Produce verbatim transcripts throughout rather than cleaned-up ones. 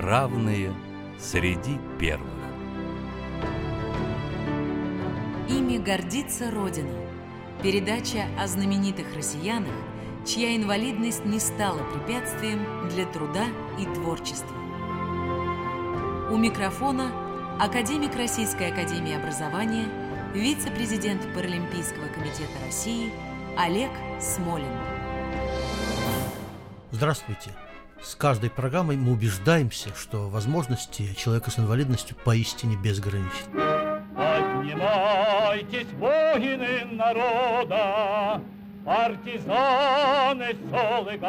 равные среди первых. Ими гордится Родина. Передача о знаменитых россиянах, чья инвалидность не стала препятствием для труда и творчества. У микрофона академик Российской академии образования, вице-президент Паралимпийского комитета России Олег Смолин. Здравствуйте. С каждой программой мы убеждаемся, что возможности человека с инвалидностью поистине безграничны. Поднимайтесь, воины народа, партизаны сел и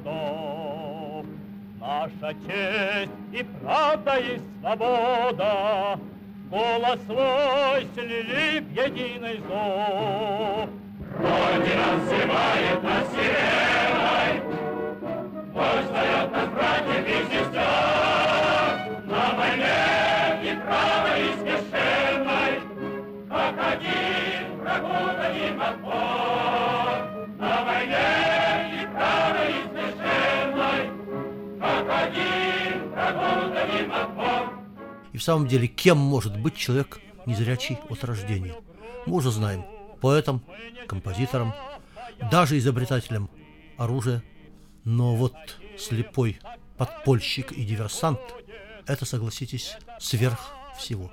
городов. Наша честь и правда и свобода голос свой слили в единый зов. Родина взывает нас сиреной, пусть дает нас братьев и сестер. На войне и правой, и священной, как один врагу дадим отпор. На войне и правой, и священной, как один врагу дадим отпор. И в самом деле, кем может быть человек незрячий от рождения? Мы уже знаем: поэтом, композитором, даже изобретателем оружия. Но вот слепой подпольщик и диверсант – это, согласитесь, сверх всего.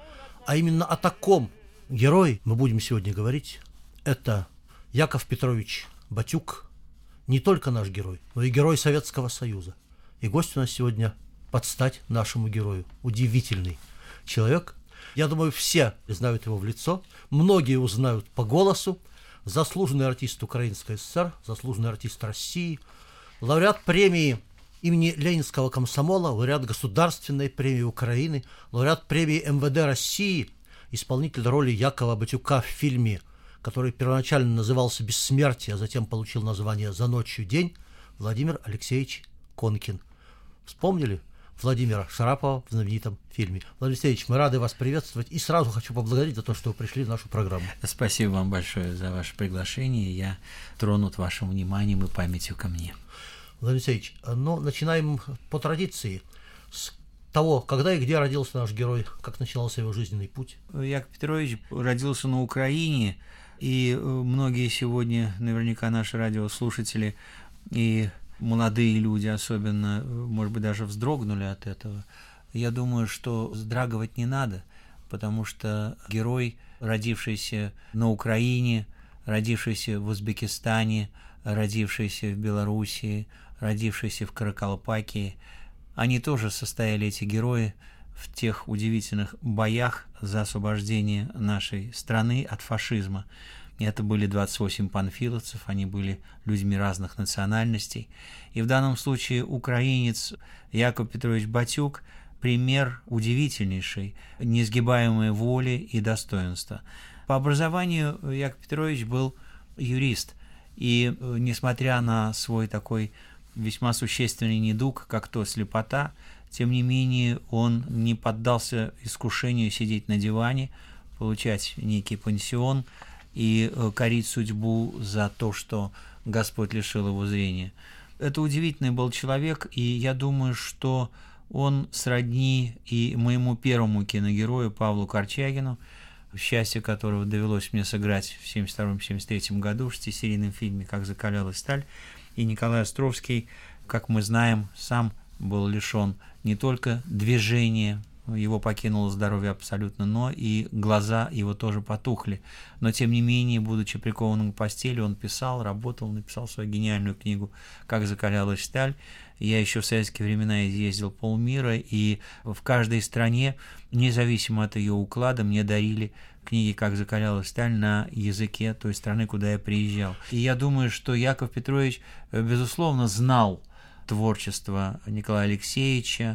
А именно о таком герое мы будем сегодня говорить. Это Яков Петрович Батюк, не только наш герой, но и герой Советского Союза. И гость у нас сегодня под стать нашему герою. Удивительный человек. Я думаю, все знают его в лицо, многие узнают по голосу. Заслуженный артист Украинской ССР, заслуженный артист России, лауреат премии имени Ленинского комсомола, лауреат Государственной премии Украины, лауреат премии эм вэ дэ России, исполнитель роли Якова Батюка в фильме, который первоначально назывался «Бессмертие», а затем получил название «За ночью день», Владимир Алексеевич Конкин. Вспомнили Владимира Шарапова в знаменитом фильме? Владимир Алексеевич, мы рады вас приветствовать и сразу хочу поблагодарить за то, что вы пришли в нашу программу. Спасибо вам большое за ваше приглашение. Я тронут вашим вниманием и памятью ко мне. Владимир Алексеевич, ну, начинаем по традиции с того, когда и где родился наш герой, как начинался его жизненный путь. Яков Петрович родился на Украине, и многие сегодня, наверняка наши радиослушатели и молодые люди особенно, может быть, даже вздрогнули от этого. Я думаю, что вздрагивать не надо, потому что герой, родившийся на Украине, родившийся в Узбекистане, родившийся в Белоруссии, родившийся в Каракалпакии, они тоже состояли, эти герои, в тех удивительных боях за освобождение нашей страны от фашизма. И это были двадцать восемь панфиловцев, они были людьми разных национальностей. И в данном случае украинец Яков Петрович Батюк – пример удивительнейшей, несгибаемой воли и достоинства. По образованию Яков Петрович был юрист, и несмотря на свой такой весьма существенный недуг, как то слепота, тем не менее он не поддался искушению сидеть на диване, получать некий пансион и корить судьбу за то, что Господь лишил его зрения. Это удивительный был человек, и я думаю, что он сродни и моему первому киногерою Павлу Корчагину, счастье которого довелось мне сыграть в семьдесят втором — семьдесят третьем году в шестисерийном фильме «Как закалялась сталь». И Николай Островский, как мы знаем, сам был лишен не только движения, его покинуло здоровье абсолютно, но и глаза его тоже потухли. Но, тем не менее, будучи прикованным к постели, он писал, работал, написал свою гениальную книгу «Как закалялась сталь». Я еще в советские времена изъездил полмира, и в каждой стране, независимо от ее уклада, мне дарили книги «Как закалялась сталь» на языке той страны, куда я приезжал. И я думаю, что Яков Петрович, безусловно, знал творчество Николая Алексеевича,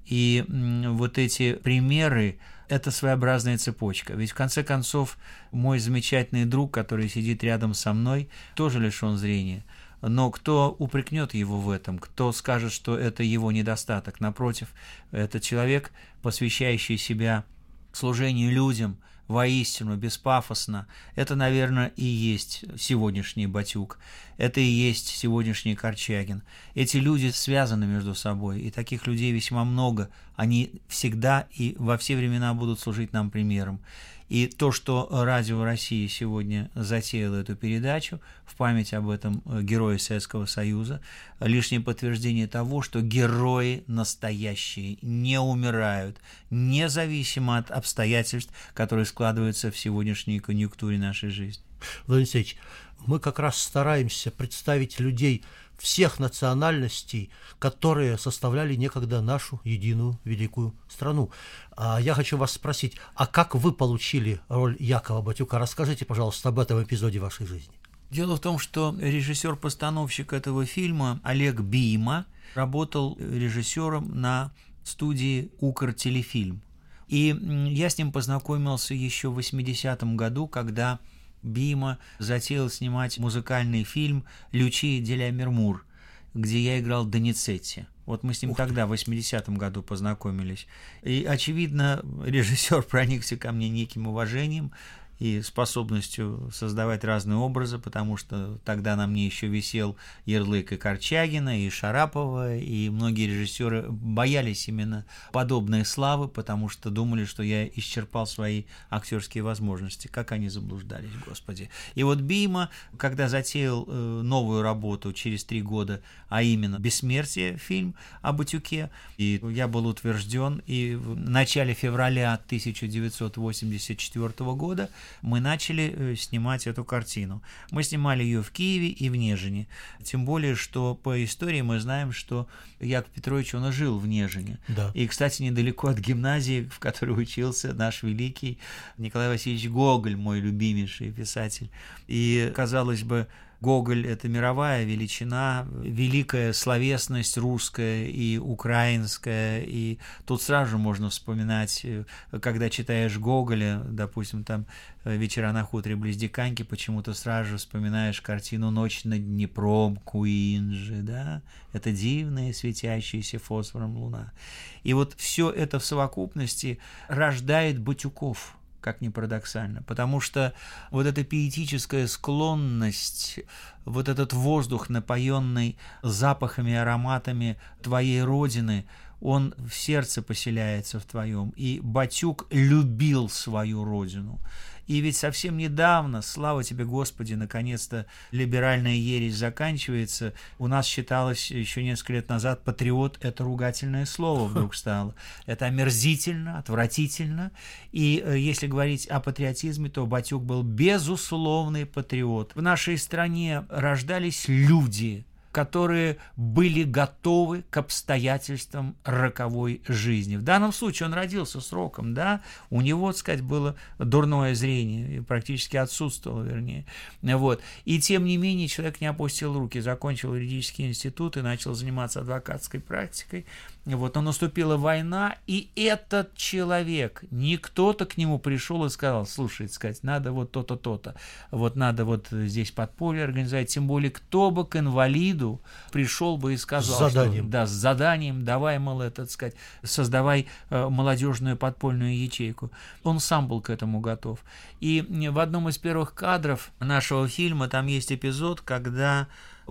и вот эти примеры – это своеобразная цепочка. Ведь в конце концов мой замечательный друг, который сидит рядом со мной, тоже лишен зрения. Но кто упрекнет его в этом, кто скажет, что это его недостаток? Напротив, это человек, посвящающий себя служению людям воистину, беспафосно. Это, наверное, и есть сегодняшний Батюк. Это и есть сегодняшний Корчагин. Эти люди связаны между собой, и таких людей весьма много. Они всегда и во все времена будут служить нам примером. И то, что Радио России сегодня затеяло эту передачу в память об этом герое Советского Союза, лишнее подтверждение того, что герои настоящие не умирают, независимо от обстоятельств, которые складываются в сегодняшней конъюнктуре нашей жизни. Владимир Алексеевич, мы как раз стараемся представить людей всех национальностей, которые составляли некогда нашу единую великую страну. А я хочу вас спросить, а как вы получили роль Якова Батюка? Расскажите, пожалуйста, об этом эпизоде вашей жизни. Дело в том, что режиссер-постановщик этого фильма Олег Бийма работал режиссером на студии «Укртелефильм». И я с ним познакомился еще в восьмидесятом году, когда Бийма затеял снимать музыкальный фильм «Лючия деля Мермур», где я играл Доницетти. Вот мы с ним Ух тогда, в восьмидесятом году, познакомились. И, очевидно, режиссер проникся ко мне неким уважением и способностью создавать разные образы, потому что тогда на мне еще висел ярлык и Корчагина, и Шарапова, и многие режиссеры боялись именно подобной славы, потому что думали, что я исчерпал свои актерские возможности. Как они заблуждались, Господи. И вот Бийма, когда затеял новую работу через три года, а именно «Бессмертие», фильм о Батюке, и я был утвержден, и в начале февраля тысяча девятьсот восемьдесят четвёртого года мы начали снимать эту картину. Мы снимали ее в Киеве и в Нежине. Тем более, что по истории мы знаем, что Яков Петрович, он и жил в Нежине. Да. И, кстати, недалеко от гимназии, в которой учился наш великий Николай Васильевич Гоголь, мой любимейший писатель. И, казалось бы, Гоголь – это мировая величина, великая словесность русская и украинская, и тут сразу можно вспоминать, когда читаешь Гоголя, допустим, там «Вечера на хуторе близ Диканьки», почему-то сразу же вспоминаешь картину «Ночь над Днепром» Куинджи, да, это дивная светящаяся фосфором луна. И вот все это в совокупности рождает Батюков, как ни парадоксально, потому что вот эта пиетическая склонность, вот этот воздух, напоенный запахами, ароматами твоей родины, он в сердце поселяется в твоем, и Батюк любил свою родину. И ведь совсем недавно, слава тебе, Господи, наконец-то либеральная ересь заканчивается. У нас считалось еще несколько лет назад, патриот – это ругательное слово вдруг стало. Это омерзительно, отвратительно. И если говорить о патриотизме, то Батюк был безусловный патриот. В нашей стране рождались люди, которые были готовы к обстоятельствам роковой жизни. В данном случае он родился с роком, да, у него, так сказать, было дурное зрение, практически отсутствовало, вернее. Вот. И тем не менее человек не опустил руки, закончил юридический институт и начал заниматься адвокатской практикой. Вот. Но наступила война, и этот человек, не кто-то к нему пришел и сказал: слушай, сказать, надо вот то-то, то-то, вот надо вот здесь подполье организовать, тем более кто бы к инвалиду пришел бы и сказал, с заданием. Что, да, с заданием, давай, мол, это, так сказать, создавай э, молодежную подпольную ячейку. Он сам был к этому готов. И в одном из первых кадров нашего фильма там есть эпизод, когда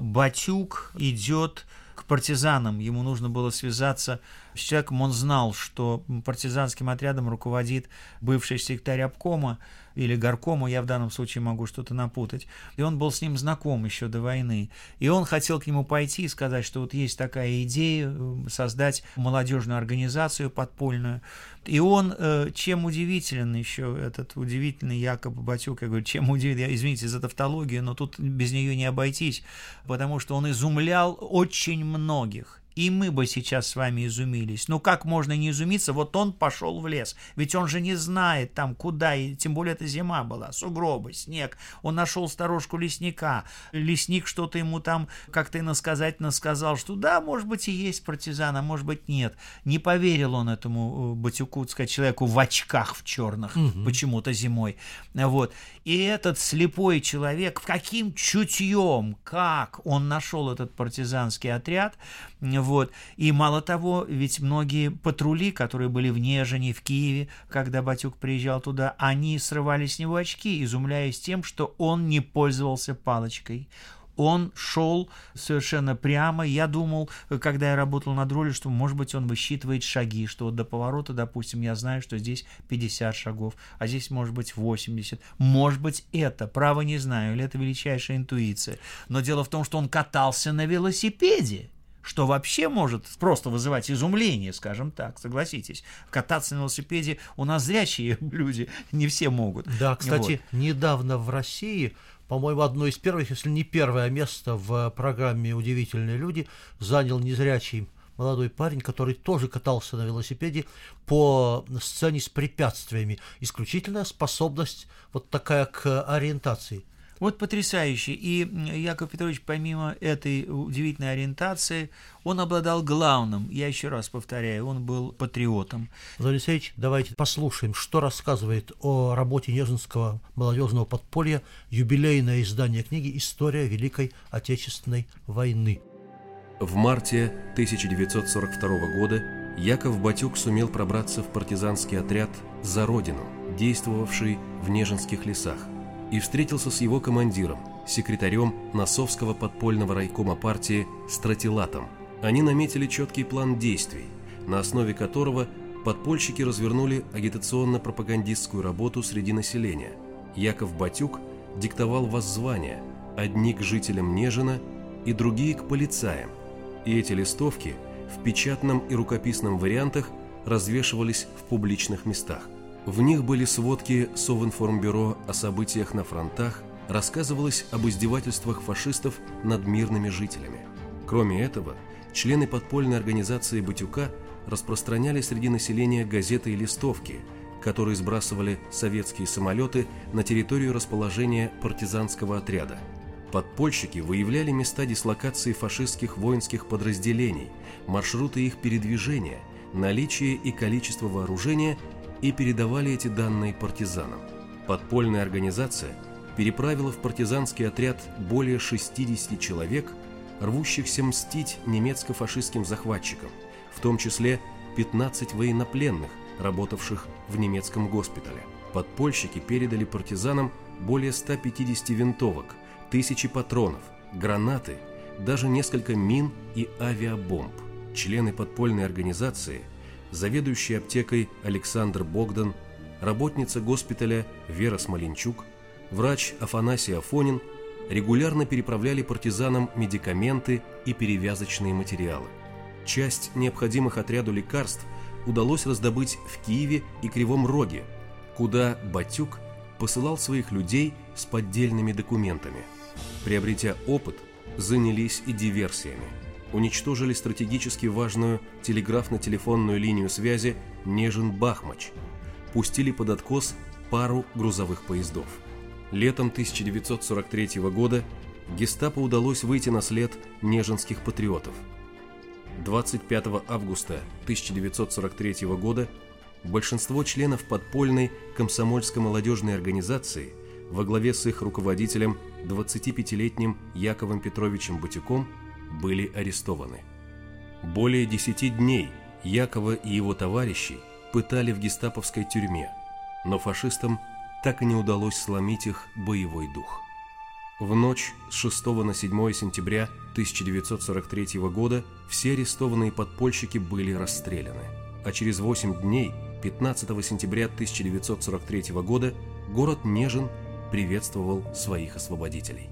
Батюк идет к партизанам, ему нужно было связаться с человеком, он знал, что партизанским отрядом руководит бывший секретарь обкома или горкома, я в данном случае могу что-то напутать, и он был с ним знаком еще до войны, и он хотел к нему пойти и сказать, что вот есть такая идея создать молодежную организацию подпольную, и он, чем удивителен еще этот удивительный Яков Батюк, я говорю, чем удивителен, извините за тавтологию, но тут без нее не обойтись, потому что он изумлял очень многих. И мы бы сейчас с вами изумились. Ну как можно не изумиться? Вот он пошел в лес. Ведь он же не знает там куда, и тем более это зима была, сугробы, снег. Он нашел сторожку лесника. Лесник что-то ему там как-то иносказательно сказал, что да, может быть и есть партизан, а может быть нет. Не поверил он этому Батюку, так сказать, человеку в очках в черных, угу. почему-то зимой. Вот. И этот слепой человек, каким чутьем, как он нашел этот партизанский отряд, Вот. И мало того, ведь многие патрули, которые были в Нежине, в Киеве, когда Батюк приезжал туда, они срывали с него очки, изумляясь тем, что он не пользовался палочкой. Он шел совершенно прямо. Я думал, когда я работал над ролью, что, может быть, он высчитывает шаги, что вот до поворота, допустим, я знаю, что здесь пятьдесят шагов, а здесь, может быть, восемьдесят. Может быть, это, право не знаю, или это величайшая интуиция. Но дело в том, что он катался на велосипеде, что вообще может просто вызывать изумление, скажем так, согласитесь. Кататься на велосипеде у нас зрячие люди не все могут. Да, кстати, вот. Недавно в России, по-моему, одно из первых, если не первое место в программе «Удивительные люди» занял незрячий молодой парень, который тоже катался на велосипеде по сцене с препятствиями. Исключительная способность вот такая к ориентации. Вот потрясающе. И Яков Петрович, помимо этой удивительной ориентации, он обладал главным, я еще раз повторяю, он был патриотом. Владимир Алексеевич, давайте послушаем, что рассказывает о работе Нежинского молодежного подполья юбилейное издание книги «История Великой Отечественной войны». В марте тысяча девятьсот сорок второго года Яков Батюк сумел пробраться в партизанский отряд «За Родину», действовавший в Нежинских лесах, и встретился с его командиром, секретарем Носовского подпольного райкома партии Стратилатом. Они наметили четкий план действий, на основе которого подпольщики развернули агитационно-пропагандистскую работу среди населения. Яков Батюк диктовал воззвания, одни к жителям Нежина и другие к полицаям, и эти листовки в печатном и рукописном вариантах развешивались в публичных местах. В них были сводки Совинформбюро о событиях на фронтах, рассказывалось об издевательствах фашистов над мирными жителями. Кроме этого, члены подпольной организации Батюка распространяли среди населения газеты и листовки, которые сбрасывали советские самолеты на территорию расположения партизанского отряда. Подпольщики выявляли места дислокации фашистских воинских подразделений, маршруты их передвижения, наличие и количество вооружения и передавали эти данные партизанам. Подпольная организация переправила в партизанский отряд более шестидесяти человек, рвущихся мстить немецко-фашистским захватчикам, в том числе пятнадцать военнопленных, работавших в немецком госпитале. Подпольщики передали партизанам более ста пятидесяти винтовок, тысячи патронов, гранаты, даже несколько мин и авиабомб. Члены подпольной организации, заведующий аптекой Александр Богдан, работница госпиталя Вера Смоленчук, врач Афанасий Афонин регулярно переправляли партизанам медикаменты и перевязочные материалы. Часть необходимых отряду лекарств удалось раздобыть в Киеве и Кривом Роге, куда Батюк посылал своих людей с поддельными документами. Приобретя опыт, занялись и диверсиями. Уничтожили стратегически важную телеграфно-телефонную линию связи Нежин-Бахмач, пустили под откос пару грузовых поездов. Летом тысяча девятьсот сорок третьего года гестапо удалось выйти на след нежинских патриотов. двадцать пятого августа тысяча девятьсот сорок третьего года большинство членов подпольной комсомольско-молодежной организации во главе с их руководителем двадцатипятилетним Яковом Петровичем Батюком были арестованы. Более десяти дней Якова и его товарищей пытали в гестаповской тюрьме, но фашистам так и не удалось сломить их боевой дух. В ночь с шестого на седьмое сентября тысяча девятьсот сорок третьего года все арестованные подпольщики были расстреляны, а через восемь дней, пятнадцатого сентября тысяча девятьсот сорок третьего года, город Нежин приветствовал своих освободителей.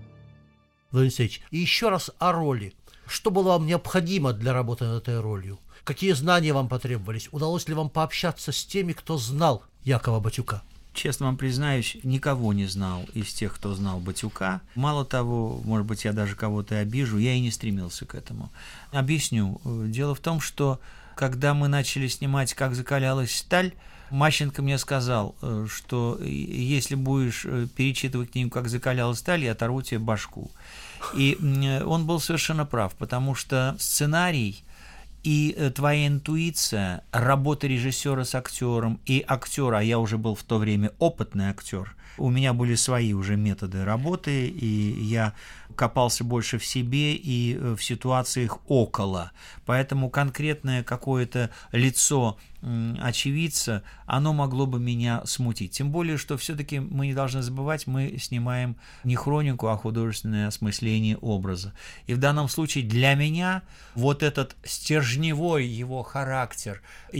Владимир Алексеевич, и еще раз о роли. Что было вам необходимо для работы над этой ролью? Какие знания вам потребовались? Удалось ли вам пообщаться с теми, кто знал Якова Батюка? Честно вам признаюсь, никого не знал из тех, кто знал Батюка. Мало того, может быть, я даже кого-то обижу, я и не стремился к этому. Объясню. Дело в том, что когда мы начали снимать «Как закалялась сталь», Мащенко мне сказал, что если будешь перечитывать книгу «Как закалялась сталь», я оторву тебе башку. И он был совершенно прав, потому что сценарий И твоя интуиция, работа режиссера с актером и актера, а я уже был в то время опытный актер, у меня были свои уже методы работы, и я копался больше в себе и в ситуациях около. Поэтому конкретное какое-то лицо очевидца, оно могло бы меня смутить. Тем более, что все-таки мы не должны забывать, мы снимаем не хронику, а художественное осмысление образа. И в данном случае для меня вот этот стержневой его характер,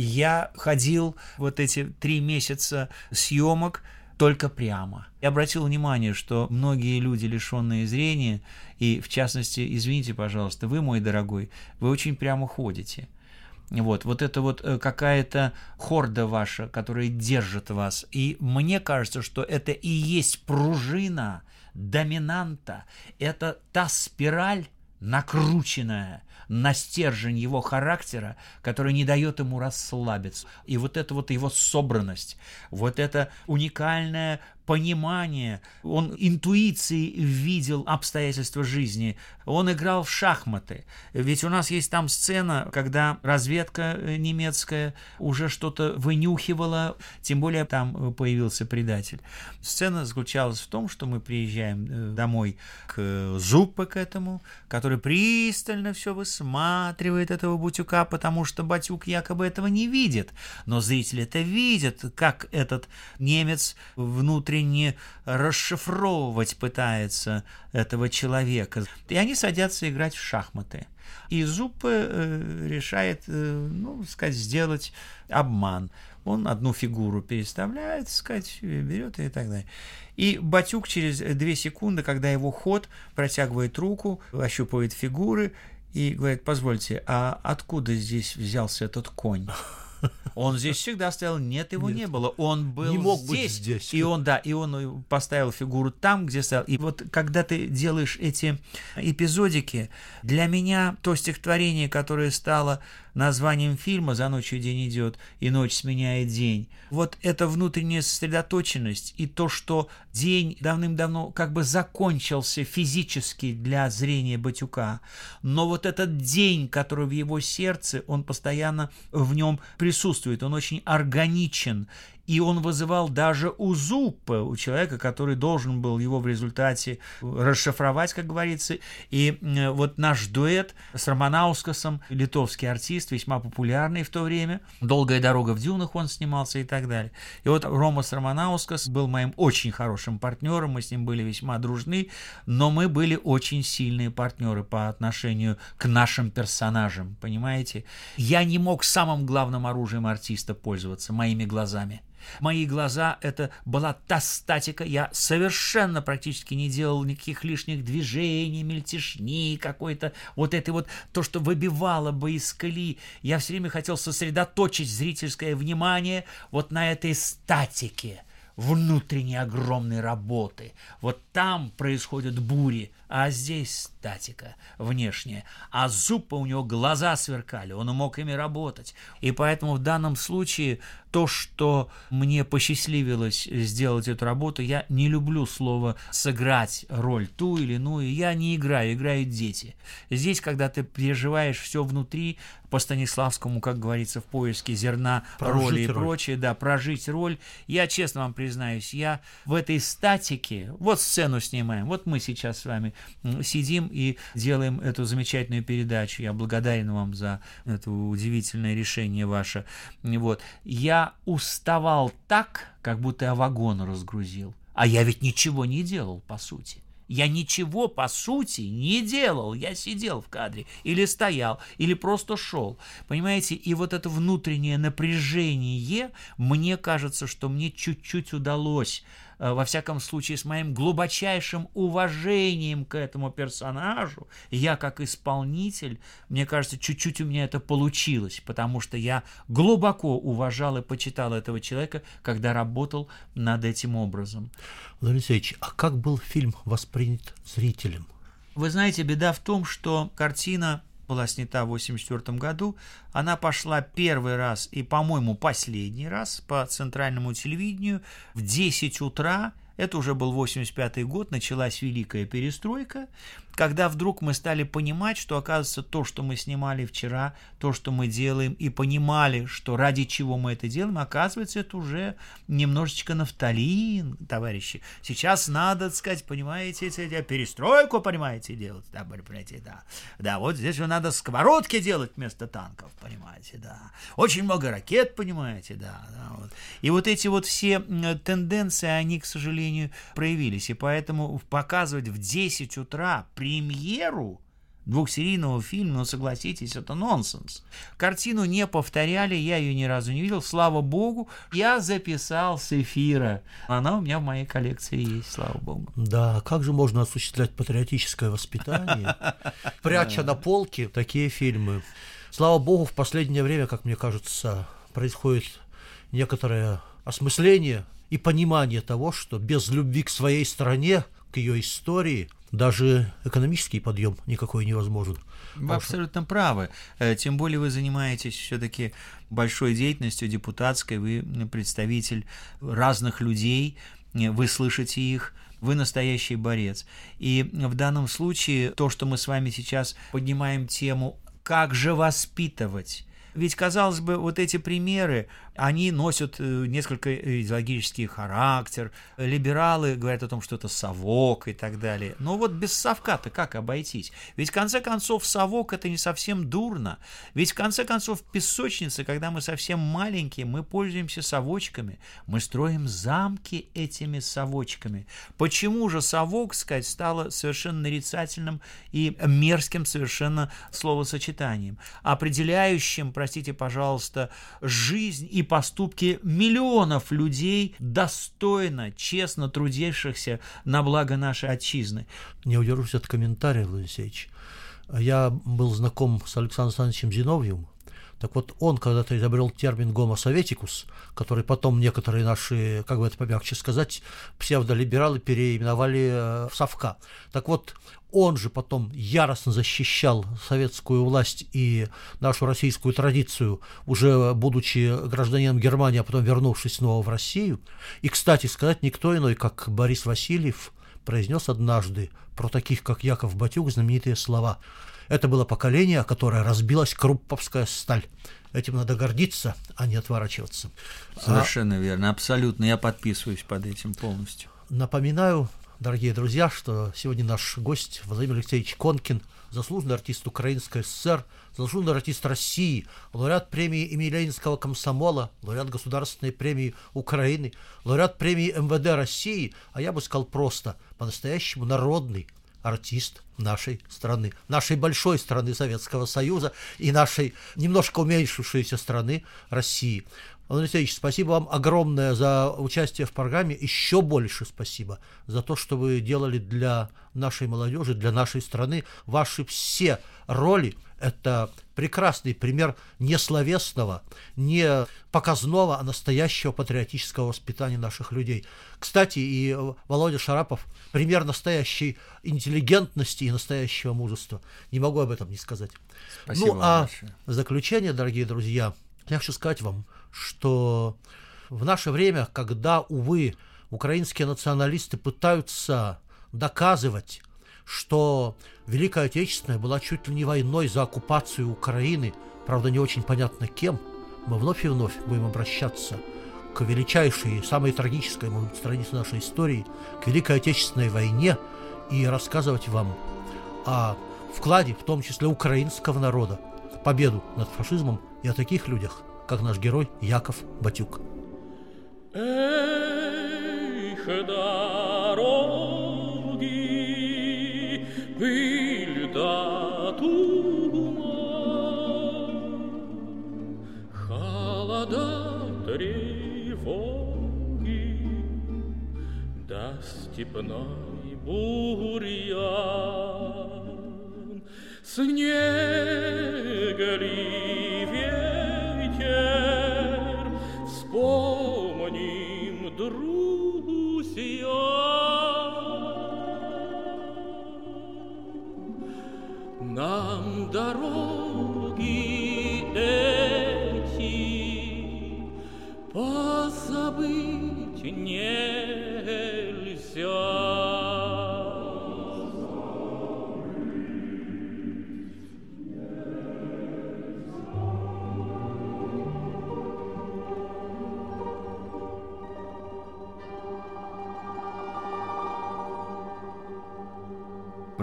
я ходил вот эти три месяца съемок только прямо. Я обратил внимание, что многие люди, лишенные зрения, и в частности, извините, пожалуйста, вы, мой дорогой, вы очень прямо ходите. Вот, вот это вот какая-то хорда ваша, которая держит вас. И мне кажется, что это и есть пружина, доминанта, это та спираль, накрученная на стержень его характера, который не дает ему расслабиться. И вот эта вот его собранность, вот это уникальное понимание, он интуицией видел обстоятельства жизни, он играл в шахматы. Ведь у нас есть там сцена, когда разведка немецкая уже что-то вынюхивала, тем более там появился предатель. Сцена заключалась в том, что мы приезжаем домой к Зуппе, к этому, который пристально все высматривает этого Батюка, потому что Батюк якобы этого не видит. Но зритель это видит, как этот немец внутренне не расшифровывать пытается этого человека. И они садятся играть в шахматы. И Зуппе э, решает, э, ну, сказать, сделать обман. Он одну фигуру переставляет, сказать, берет и так далее. И Батюк через две секунды, когда его ход, протягивает руку, ощупывает фигуры и говорит: позвольте, а откуда здесь взялся этот конь? Он здесь всегда стоял, нет, его нет, не было, он был не мог здесь, быть здесь, и он, да, и он поставил фигуру там, где стоял. И вот когда ты делаешь эти эпизодики, для меня то стихотворение, которое стало названием фильма «За ночью день идет, и ночь сменяет день», вот эта внутренняя сосредоточенность и то, что день давным-давно как бы закончился физически для зрения Батюка, но вот этот день, который в его сердце, он постоянно в нем присутствует, он очень органичен, и он вызывал даже у Зуппе, у человека, который должен был его в результате расшифровать, как говорится. И вот наш дуэт с Романаускасом, литовский артист, весьма популярный в то время, «Долгая дорога в дюнах» он снимался и так далее. И вот Ромас Романаускас был моим очень хорошим партнером, мы с ним были весьма дружны, но мы были очень сильные партнеры по отношению к нашим персонажам, понимаете? Я не мог самым главным оружием артиста пользоваться, моими глазами. Мои глаза — это была та статика, я совершенно практически не делал никаких лишних движений, мельтешни какой-то, вот это вот то, что выбивало бы из колеи. Я все время хотел сосредоточить зрительское внимание вот на этой статике внутренней огромной работы. Вот там происходят бури, а здесь статика внешняя. А Зуппе, у него глаза сверкали, он мог ими работать. И поэтому в данном случае то, что мне посчастливилось сделать эту работу, я не люблю слово «сыграть» роль ту или иную, я не играю, играют дети. Здесь, когда ты переживаешь все внутри, по Станиславскому, как говорится, в поиске зерна прожить роли и роль. Прочее, да, прожить роль. Я, честно вам признаюсь, я в этой статике, вот сцену снимаем, вот мы сейчас с вами сидим и делаем эту замечательную передачу. Я благодарен вам за это удивительное решение ваше. Вот. Я уставал так, как будто я вагон разгрузил. А я ведь ничего не делал, по сути. Я ничего, по сути, не делал. Я сидел в кадре, или стоял, или просто шел. Понимаете? И вот это внутреннее напряжение, мне кажется, что мне чуть-чуть удалось, во всяком случае, с моим глубочайшим уважением к этому персонажу, я как исполнитель, мне кажется, чуть-чуть у меня это получилось, потому что я глубоко уважал и почитал этого человека, когда работал над этим образом. Владимир Алексеевич, а как был фильм воспринят зрителем? Вы знаете, беда в том, что картина была снята в восемьдесят четвёртом году, она пошла первый раз и, по-моему, последний раз по центральному телевидению в десять утра, это уже был восемьдесят пятый год, началась Великая Перестройка, когда вдруг мы стали понимать, что, оказывается, то, что мы снимали вчера, то, что мы делаем, и понимали, что ради чего мы это делаем, оказывается, это уже немножечко нафталин, товарищи. Сейчас надо, так сказать, понимаете, перестройку, понимаете, делать, да, понимаете, да. Да, вот здесь же надо сковородки делать вместо танков, понимаете, да. Очень много ракет, понимаете, да. да вот. И вот эти вот все тенденции, они, к сожалению, проявились. И поэтому показывать в десять утра премьеру двухсерийного фильма, ну, согласитесь, это нонсенс. Картину не повторяли, я ее ни разу не видел, слава богу. Я записал с эфира. Она у меня в моей коллекции есть, слава богу. Да, как же можно осуществлять патриотическое воспитание, пряча на полке такие фильмы? Слава богу, в последнее время, как мне кажется, происходит некоторое осмысление и понимание того, что без любви к своей стране, к ее истории, даже экономический подъем никакой невозможен. Вы абсолютно правы. Тем более вы занимаетесь все-таки большой деятельностью депутатской, вы представитель разных людей, вы слышите их, вы настоящий борец. И в данном случае то, что мы с вами сейчас поднимаем тему «Как же воспитывать?», ведь, казалось бы, вот эти примеры, они носят несколько идеологический характер. Либералы говорят о том, что это совок и так далее. Но вот без совка-то как обойтись? Ведь, в конце концов, совок – это не совсем дурно. Ведь, в конце концов, в песочнице, когда мы совсем маленькие, мы пользуемся совочками. Мы строим замки этими совочками. Почему же совок, сказать, стало совершенно нарицательным и мерзким совершенно словосочетанием, определяющим, простите, пожалуйста, жизнь и поступки миллионов людей, достойно, честно трудившихся на благо нашей отчизны? Не удержусь от комментария, Владимир Алексеевич. Я был знаком с Александром Александровичем Зиновьевым. Так вот, он когда-то изобрел термин «гомо советикус», который потом некоторые наши, как бы это помягче сказать, псевдолибералы переименовали в совка. Так вот, он же потом яростно защищал советскую власть и нашу российскую традицию, уже будучи гражданином Германии, а потом вернувшись снова в Россию. И, кстати сказать, никто иной, как Борис Васильев, произнес однажды про таких, как Яков Батюк, знаменитые слова. Это было поколение, которое разбилась крупповская сталь. Этим надо гордиться, а не отворачиваться. Совершенно а... верно, абсолютно. Я подписываюсь под этим полностью. Напоминаю, дорогие друзья, что сегодня наш гость Владимир Алексеевич Конкин, заслуженный артист Украинской ССР, заслуженный артист России, лауреат премии имени Ленинского комсомола, лауреат Государственной премии Украины, лауреат премии эм вэ дэ России, а я бы сказал просто, по-настоящему народный артист нашей страны, нашей большой страны Советского Союза и нашей немножко уменьшившейся страны России. Владимир Алексеевич, спасибо вам огромное за участие в программе, еще больше спасибо за то, что вы делали для нашей молодежи, для нашей страны. Ваши все роли – это прекрасный пример не словесного, не показного, а настоящего патриотического воспитания наших людей. Кстати, и Володя Шарапов – пример настоящей интеллигентности и настоящего мужества. Не могу об этом не сказать. Спасибо. Ну, а большое. В заключение, дорогие друзья, я хочу сказать вам, что в наше время, когда, увы, украинские националисты пытаются доказывать, что Великая Отечественная была чуть ли не войной за оккупацию Украины, правда, не очень понятно кем, мы вновь и вновь будем обращаться к величайшей, самой трагической, может быть, странице нашей истории, к Великой Отечественной войне и рассказывать вам о вкладе, в том числе украинского народа, в победу над фашизмом и о таких людях, как наш герой Яков Батюк. Эх, дороги, пыль да туман, холода, тревоги, да степной бурьян, снега ли ветер, вспомним, друзья, нам дороги эти позабыть нельзя.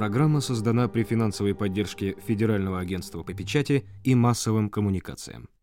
Программа создана при финансовой поддержке Федерального агентства по печати и массовым коммуникациям.